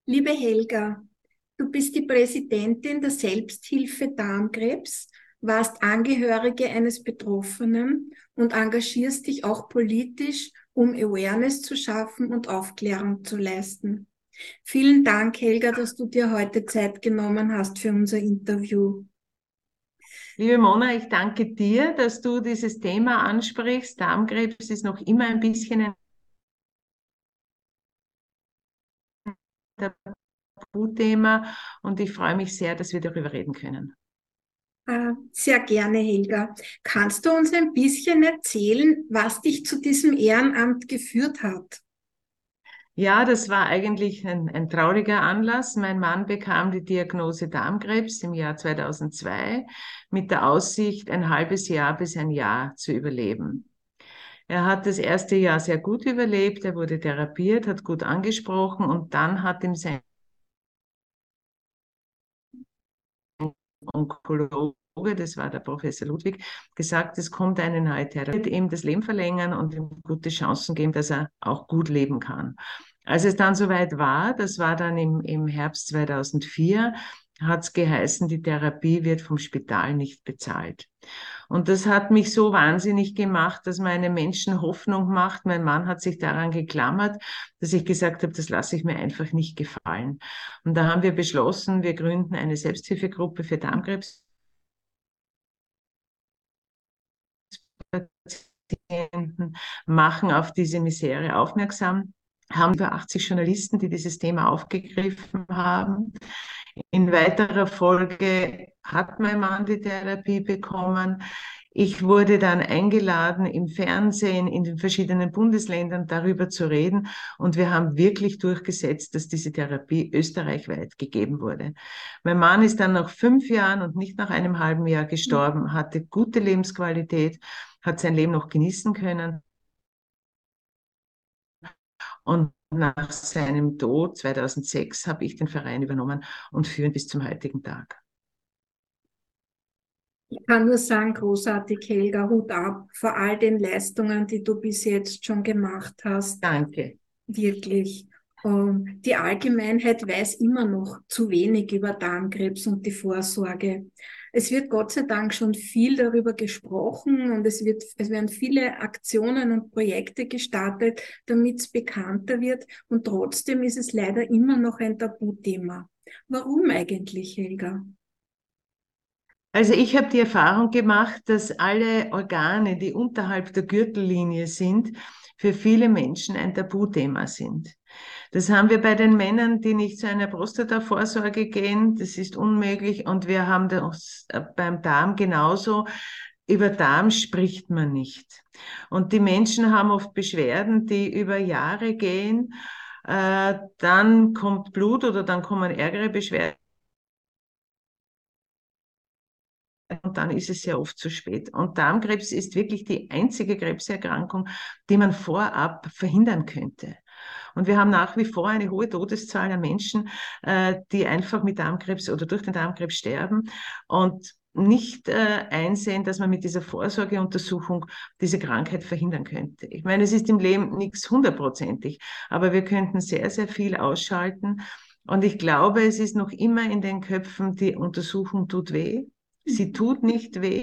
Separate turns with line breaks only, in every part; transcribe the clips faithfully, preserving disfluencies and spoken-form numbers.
Liebe Helga, du bist die Präsidentin der Selbsthilfe Darmkrebs, warst Angehörige eines Betroffenen und engagierst dich auch politisch, um Awareness zu schaffen und Aufklärung zu leisten. Vielen Dank, Helga, dass du dir heute Zeit genommen hast für unser Interview.
Liebe Mona, ich danke dir, dass du dieses Thema ansprichst. Darmkrebs ist noch immer ein bisschen ein Tabuthema und ich freue mich sehr, dass wir darüber reden können.
Äh, Sehr gerne, Helga. Kannst du uns ein bisschen erzählen, was dich zu diesem Ehrenamt geführt hat?
Ja, das war eigentlich ein, ein trauriger Anlass. Mein Mann bekam die Diagnose Darmkrebs im Jahr zweitausendzwei mit der Aussicht, ein halbes Jahr bis ein Jahr zu überleben. Er hat das erste Jahr sehr gut überlebt, er wurde therapiert, hat gut angesprochen und dann hat ihm sein Onkologe, das war der Professor Ludwig, gesagt, es kommt eine neue Therapie, wird ihm das Leben verlängern und ihm gute Chancen geben, dass er auch gut leben kann. Als es dann soweit war, das war dann im, im Herbst zweitausendvier, hat es geheißen, die Therapie wird vom Spital nicht bezahlt. Und das hat mich so wahnsinnig gemacht, dass meine Menschen Hoffnung macht. Mein Mann hat sich daran geklammert, dass ich gesagt habe, das lasse ich mir einfach nicht gefallen. Und da haben wir beschlossen, wir gründen eine Selbsthilfegruppe für Darmkrebspatienten, machen auf diese Misere aufmerksam, haben über achtzig Journalisten, die dieses Thema aufgegriffen haben. In weiterer Folge hat mein Mann die Therapie bekommen. Ich wurde dann eingeladen, im Fernsehen in den verschiedenen Bundesländern darüber zu reden. Und wir haben wirklich durchgesetzt, dass diese Therapie österreichweit gegeben wurde. Mein Mann ist dann nach fünf Jahren und nicht nach einem halben Jahr gestorben, hatte gute Lebensqualität, hat sein Leben noch genießen können. Und nach seinem Tod zweitausendsechs habe ich den Verein übernommen und führe ihn bis zum heutigen Tag.
Ich kann nur sagen, großartig, Helga, Hut ab vor all den Leistungen, die du bis jetzt schon gemacht hast.
Danke.
Wirklich. Ähm, die Allgemeinheit weiß immer noch zu wenig über Darmkrebs und die Vorsorge. Es wird Gott sei Dank schon viel darüber gesprochen und es wird, es werden viele Aktionen und Projekte gestartet, damit es bekannter wird. Und trotzdem ist es leider immer noch ein Tabuthema. Warum eigentlich, Helga?
Also ich habe die Erfahrung gemacht, dass alle Organe, die unterhalb der Gürtellinie sind, für viele Menschen ein Tabuthema sind. Das haben wir bei den Männern, die nicht zu einer Prostatavorsorge gehen. Das ist unmöglich. Und wir haben das beim Darm genauso. Über Darm spricht man nicht. Und die Menschen haben oft Beschwerden, die über Jahre gehen. Äh, dann kommt Blut oder dann kommen ärgere Beschwerden. Und dann ist es sehr oft zu spät. Und Darmkrebs ist wirklich die einzige Krebserkrankung, die man vorab verhindern könnte. Und wir haben nach wie vor eine hohe Todeszahl an Menschen, äh, die einfach mit Darmkrebs oder durch den Darmkrebs sterben und nicht äh, einsehen, dass man mit dieser Vorsorgeuntersuchung diese Krankheit verhindern könnte. Ich meine, es ist im Leben nichts hundertprozentig, aber wir könnten sehr, sehr viel ausschalten. Und ich glaube, es ist noch immer in den Köpfen, die Untersuchung tut weh. Sie tut nicht weh.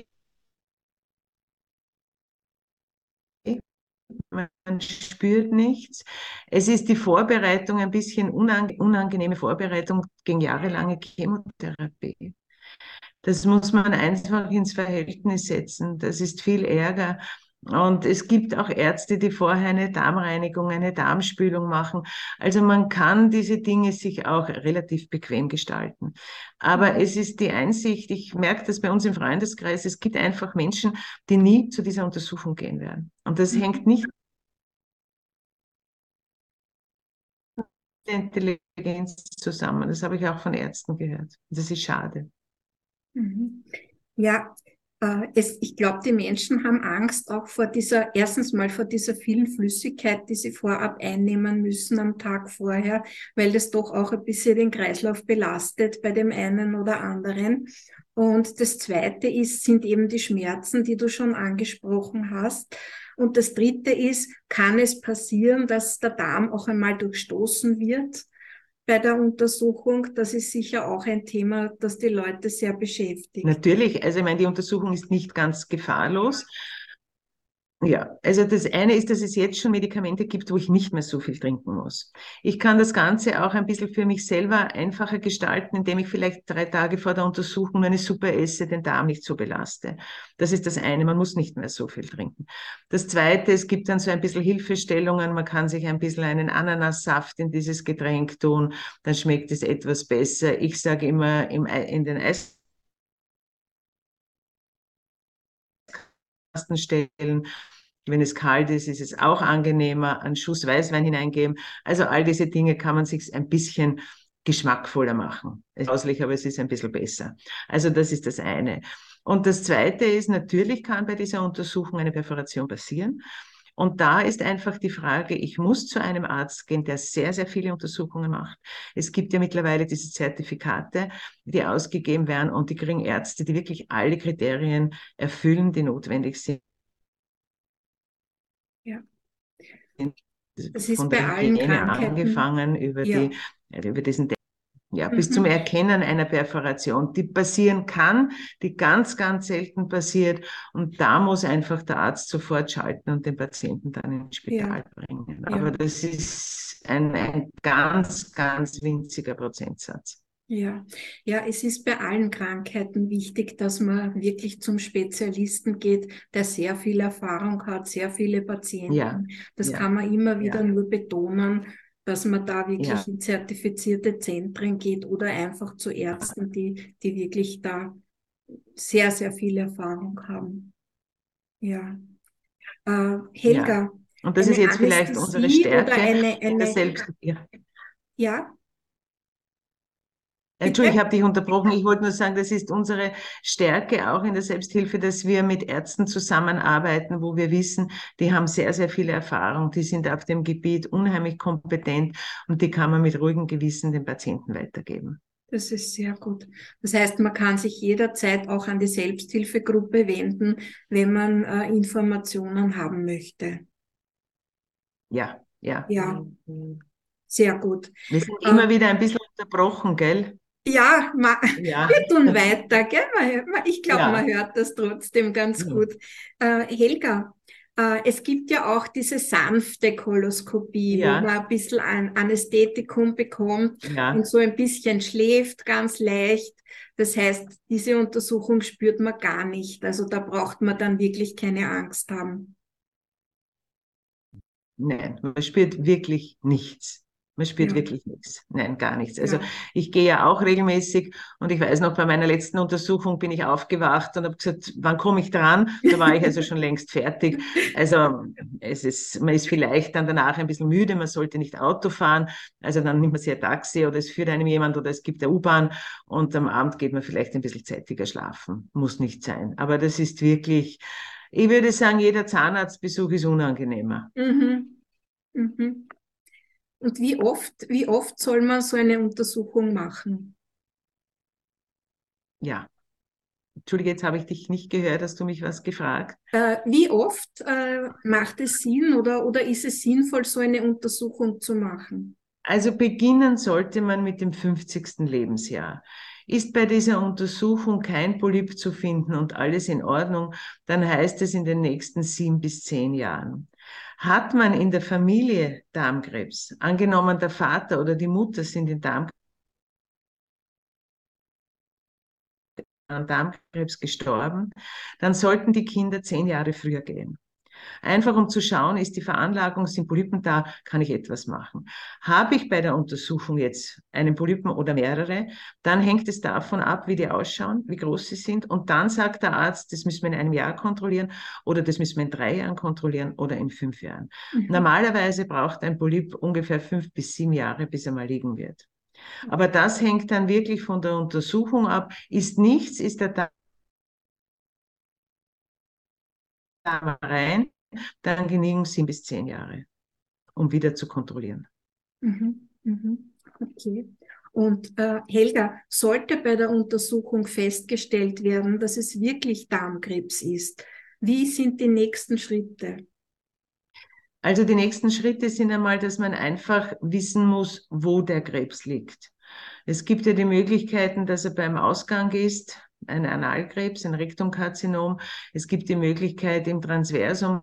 Man spürt nichts. Es ist die Vorbereitung, ein bisschen unange unangenehme Vorbereitung gegen jahrelange Chemotherapie. Das muss man einfach ins Verhältnis setzen. Das ist viel Ärger. Und es gibt auch Ärzte, die vorher eine Darmreinigung, eine Darmspülung machen. Also man kann diese Dinge sich auch relativ bequem gestalten. Aber es ist die Einsicht, ich merke das bei uns im Freundeskreis, es gibt einfach Menschen, die nie zu dieser Untersuchung gehen werden. Und das hängt nicht mit der Intelligenz zusammen. Das habe ich auch von Ärzten gehört. Das ist schade.
Mhm. Ja, äh, es, ich glaube, die Menschen haben Angst auch vor dieser, erstens mal vor dieser vielen Flüssigkeit, die sie vorab einnehmen müssen am Tag vorher, weil das doch auch ein bisschen den Kreislauf belastet bei dem einen oder anderen. Und das Zweite ist, sind eben die Schmerzen, die du schon angesprochen hast. Und das Dritte ist, kann es passieren, dass der Darm auch einmal durchstoßen wird? bei der Untersuchung? Das ist sicher auch ein Thema, das die Leute sehr beschäftigt.
Natürlich, also ich meine, die Untersuchung ist nicht ganz gefahrlos. Ja, also das eine ist, dass es jetzt schon Medikamente gibt, wo ich nicht mehr so viel trinken muss. Ich kann das Ganze auch ein bisschen für mich selber einfacher gestalten, indem ich vielleicht drei Tage vor der Untersuchung eine Suppe esse, den Darm nicht so belaste. Das ist das eine, man muss nicht mehr so viel trinken. Das zweite, es gibt dann so ein bisschen Hilfestellungen, man kann sich ein bisschen einen Ananassaft in dieses Getränk tun, dann schmeckt es etwas besser. Ich sage immer, im, in den Eiskasten stellen. Wenn es kalt ist, ist es auch angenehmer. Einen Schuss Weißwein hineingeben. Also all diese Dinge kann man sich ein bisschen geschmackvoller machen. Es ist auslich, aber es ist ein bisschen besser. Also das ist das eine. Und das zweite ist, natürlich kann bei dieser Untersuchung eine Perforation passieren. Und da ist einfach die Frage, ich muss zu einem Arzt gehen, der sehr, sehr viele Untersuchungen macht. Es gibt ja mittlerweile diese Zertifikate, die ausgegeben werden und die kriegen Ärzte, die wirklich alle Kriterien erfüllen, die notwendig sind.
Ja. Das ist
Von der
bei allen
Hygiene
Krankheiten.
angefangen über
Ja.
die, über diesen, ja, bis zum
Mhm.
Erkennen einer Perforation, die passieren kann, die ganz, ganz selten passiert. Und da muss einfach der Arzt sofort schalten und den Patienten dann ins Spital
Ja.
bringen.
Ja.
Aber das ist ein, ein ganz, ganz winziger Prozentsatz.
Ja, ja, es ist bei allen Krankheiten wichtig, dass man wirklich zum Spezialisten geht, der sehr viel Erfahrung hat, sehr viele Patienten.
Ja,
Das
ja,
kann man immer wieder
ja,
nur betonen, dass man da wirklich
ja,
in zertifizierte Zentren geht oder einfach zu Ärzten, die, die wirklich da sehr, sehr viel Erfahrung haben. Ja. Äh,
ja.
Helga,
Und das ist
eine
jetzt vielleicht unsere
Anästhesie oder
Stärke
eine,
in der
eine,
Selbst, ja.
ja,
Entschuldigung,
bitte?
ich habe dich unterbrochen. Ich wollte nur sagen, das ist unsere Stärke auch in der Selbsthilfe, dass wir mit Ärzten zusammenarbeiten, wo wir wissen, die haben sehr, sehr viel Erfahrung, die sind auf dem Gebiet unheimlich kompetent und die kann man mit ruhigem Gewissen den Patienten weitergeben.
Das ist sehr gut. Das heißt, man kann sich jederzeit auch an die Selbsthilfegruppe wenden, wenn man äh, Informationen haben möchte.
Ja, ja.
Ja, sehr gut.
Wir sind
Äh,
immer wieder ein bisschen unterbrochen, gell?
ja, ma,
Ja,
wir tun weiter, gell? Man, man, ich glaube, man
ja,
hört das trotzdem ganz
ja,
gut. Äh, Helga, äh, es gibt ja auch diese sanfte Koloskopie, wo
ja,
man ein bisschen ein Anästhetikum bekommt und
ja.
so ein bisschen schläft, ganz leicht. Das heißt, diese Untersuchung spürt man gar nicht. Also da braucht man dann wirklich keine Angst haben.
Nein, man spürt wirklich nichts. Man spürt
Ja,
wirklich nichts. Nein, gar nichts. Also
ja.
ich gehe ja auch regelmäßig und ich weiß noch, bei meiner letzten Untersuchung bin ich aufgewacht und habe gesagt, wann komme ich dran? Da war ich also schon längst fertig. Also es ist, man ist vielleicht dann danach ein bisschen müde, man sollte nicht Auto fahren. Also dann nimmt man sich ein Taxi oder es führt einem jemand oder es gibt eine U-Bahn und am Abend geht man vielleicht ein bisschen zeitiger schlafen. Muss nicht sein. Aber das ist wirklich, ich würde sagen, jeder Zahnarztbesuch ist unangenehmer.
Mhm. Mhm. Und wie oft, wie oft soll man so eine Untersuchung machen?
Ja. Entschuldige, jetzt habe ich dich nicht gehört, hast du mich was gefragt?
Äh, wie oft äh, macht es Sinn oder, oder ist es sinnvoll, so eine Untersuchung zu machen?
Also beginnen sollte man mit dem fünfzigsten Lebensjahr. Ist bei dieser Untersuchung kein Polyp zu finden und alles in Ordnung, dann heißt es in den nächsten sieben bis zehn Jahren. Hat man in der Familie Darmkrebs, angenommen der Vater oder die Mutter sind in Darm an Darmkrebs gestorben, dann sollten die Kinder zehn Jahre früher gehen. Einfach um zu schauen, ist die Veranlagung, sind Polypen da, kann ich etwas machen. Habe ich bei der Untersuchung jetzt einen Polypen oder mehrere, dann hängt es davon ab, wie die ausschauen, wie groß sie sind. Und dann sagt der Arzt, das müssen wir in einem Jahr kontrollieren oder das müssen wir in drei Jahren kontrollieren oder in fünf Jahren.
Mhm.
Normalerweise braucht ein Polyp ungefähr fünf bis sieben Jahre, bis er mal liegen wird. Aber das hängt dann wirklich von der Untersuchung ab. Ist nichts, ist der Darm rein, dann genügen sieben bis zehn Jahre, um wieder zu kontrollieren.
Mhm. Mhm. Okay. Und äh, Helga, sollte bei der Untersuchung festgestellt werden, dass es wirklich Darmkrebs ist, wie sind die nächsten Schritte?
Also die nächsten Schritte sind einmal, dass man einfach wissen muss, wo der Krebs liegt. Es gibt ja die Möglichkeiten, dass er beim Ausgang ist, ein Analkrebs, ein Rektumkarzinom. Es gibt die Möglichkeit im Transversum,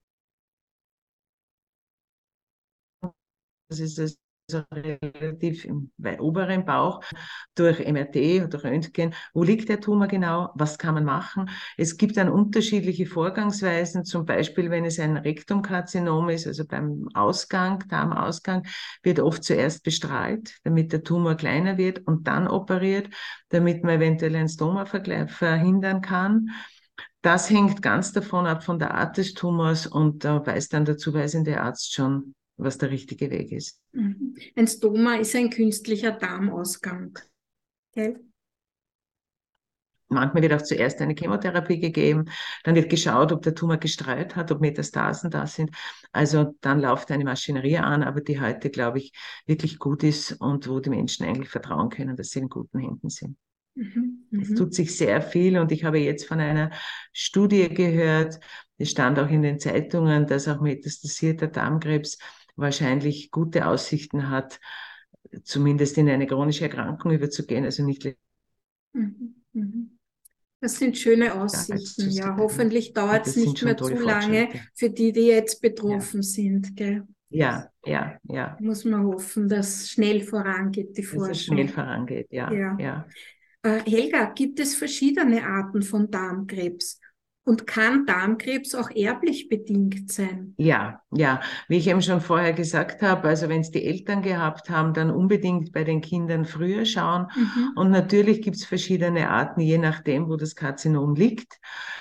das ist also relativ im oberen Bauch, durch M R T oder Röntgen, wo liegt der Tumor genau, was kann man machen. Es gibt dann unterschiedliche Vorgangsweisen, zum Beispiel wenn es ein Rektumkarzinom ist, also beim Ausgang, Darmausgang, wird oft zuerst bestrahlt, damit der Tumor kleiner wird und dann operiert, damit man eventuell ein Stoma verhindern kann. Das hängt ganz davon ab von der Art des Tumors und da weiß dann der zuweisende Arzt schon, was der richtige Weg ist.
Mhm. Ein Stoma ist ein künstlicher Darmausgang. Gell?
Manchmal wird auch zuerst eine Chemotherapie gegeben, dann wird geschaut, ob der Tumor gestrahlt hat, ob Metastasen da sind. Also dann läuft eine Maschinerie an, aber die heute, glaube ich, wirklich gut ist und wo die Menschen eigentlich vertrauen können, dass sie in guten Händen sind.
Mhm.
Es
Mhm.
tut sich sehr viel und ich habe jetzt von einer Studie gehört, es stand auch in den Zeitungen, dass auch metastasierter Darmkrebs wahrscheinlich gute Aussichten hat, zumindest in eine chronische Erkrankung überzugehen, also nicht
Mhm. Mhm. Das sind schöne
letal zu
Aussichten. Ja,
sein.
hoffentlich dauert
Und
es
das sind
nicht
schon
mehr
tolle
zu lange
Fortschritte.
für die, die jetzt
Ja,
betroffen sind. Gell?
ja, ja, ja.
Muss man hoffen, dass schnell vorangeht, die
Dass es schnell
Forschung.
vorangeht, ja,
Ja.
ja.
Äh, Helga, gibt es verschiedene Arten von Darmkrebs? Und kann Darmkrebs auch erblich bedingt sein?
Ja, ja, wie ich eben schon vorher gesagt habe, also wenn es die Eltern gehabt haben, dann unbedingt bei den Kindern früher schauen.
Mhm.
Und natürlich gibt es verschiedene Arten, je nachdem, wo das Karzinom liegt,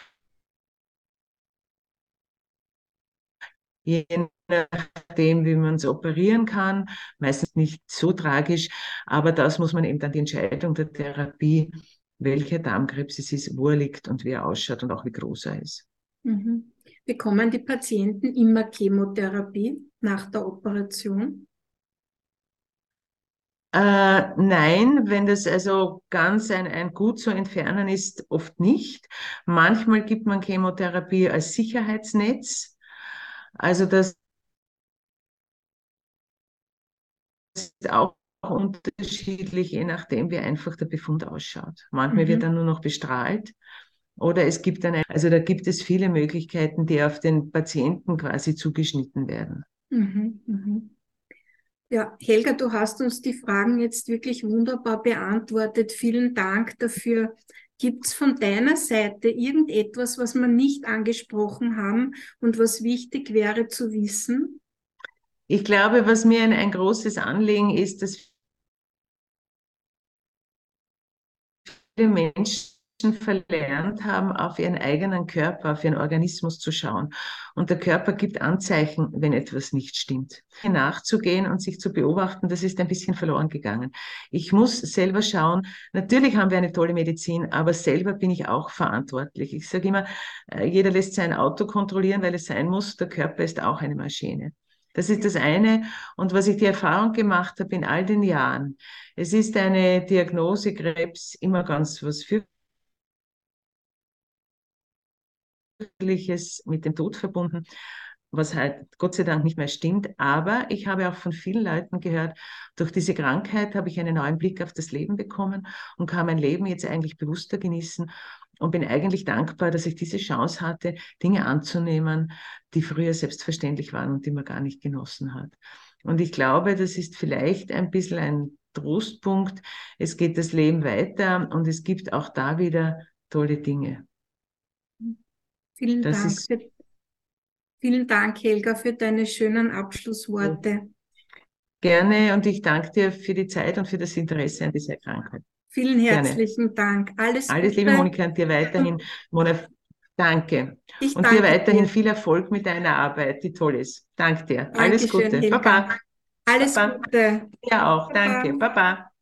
je nachdem, wie man es operieren kann. Meistens nicht so tragisch, aber das muss man eben dann die Entscheidung der Therapie, welcher Darmkrebs es ist, wo er liegt und wie er ausschaut und auch wie groß er ist.
Mhm. Bekommen die Patienten immer Chemotherapie nach der Operation?
Äh, nein, wenn das also ganz ein, ein gut zu entfernen ist, oft nicht. Manchmal gibt man Chemotherapie als Sicherheitsnetz. Also das ist auch unterschiedlich, je nachdem, wie einfach der Befund ausschaut. Manchmal wird
Mhm.
dann nur noch bestrahlt. Oder es gibt dann, ein, also da gibt es viele Möglichkeiten, die auf den Patienten quasi zugeschnitten werden.
Mhm. Mhm. Ja, Helga, du hast uns die Fragen jetzt wirklich wunderbar beantwortet. Vielen Dank dafür. Gibt es von deiner Seite irgendetwas, was wir nicht angesprochen haben und was wichtig wäre zu wissen?
Ich glaube, was mir ein, ein großes Anliegen ist, dass viele Menschen verlernt haben, auf ihren eigenen Körper, auf ihren Organismus zu schauen. Und der Körper gibt Anzeichen, wenn etwas nicht stimmt. Nachzugehen und sich zu beobachten, das ist ein bisschen verloren gegangen. Ich muss selber schauen, natürlich haben wir eine tolle Medizin, aber selber bin ich auch verantwortlich. Ich sage immer, äh, jeder lässt sein Auto kontrollieren, weil es sein muss. Der Körper ist auch eine Maschine. Das ist das eine. Und was ich die Erfahrung gemacht habe in all den Jahren, es ist eine Diagnose Krebs immer ganz was fürchterliches mit dem Tod verbunden, was halt Gott sei Dank nicht mehr stimmt. Aber ich habe auch von vielen Leuten gehört, durch diese Krankheit habe ich einen neuen Blick auf das Leben bekommen und kann mein Leben jetzt eigentlich bewusster genießen und bin eigentlich dankbar, dass ich diese Chance hatte, Dinge anzunehmen, die früher selbstverständlich waren und die man gar nicht genossen hat. Und ich glaube, das ist vielleicht ein bisschen ein Trostpunkt. Es geht das Leben weiter und es gibt auch da wieder tolle Dinge.
Vielen
Das
Dank
ist
für, vielen Dank, Helga, für deine schönen Abschlussworte.
gerne und ich danke dir für die Zeit und für das Interesse an dieser Krankheit.
Vielen
Gerne.
herzlichen Dank. Alles
Alles Liebe,
Gute.
Monika, und dir weiterhin, Mona, danke.
Ich
Und dir
danke
weiterhin
dir.
viel Erfolg mit deiner Arbeit, die toll ist. Danke dir. Alles
Dankeschön,
Gute.
Helga.
Baba.
Alles
Baba.
Gute.
Ja auch.
Baba.
Danke. Baba.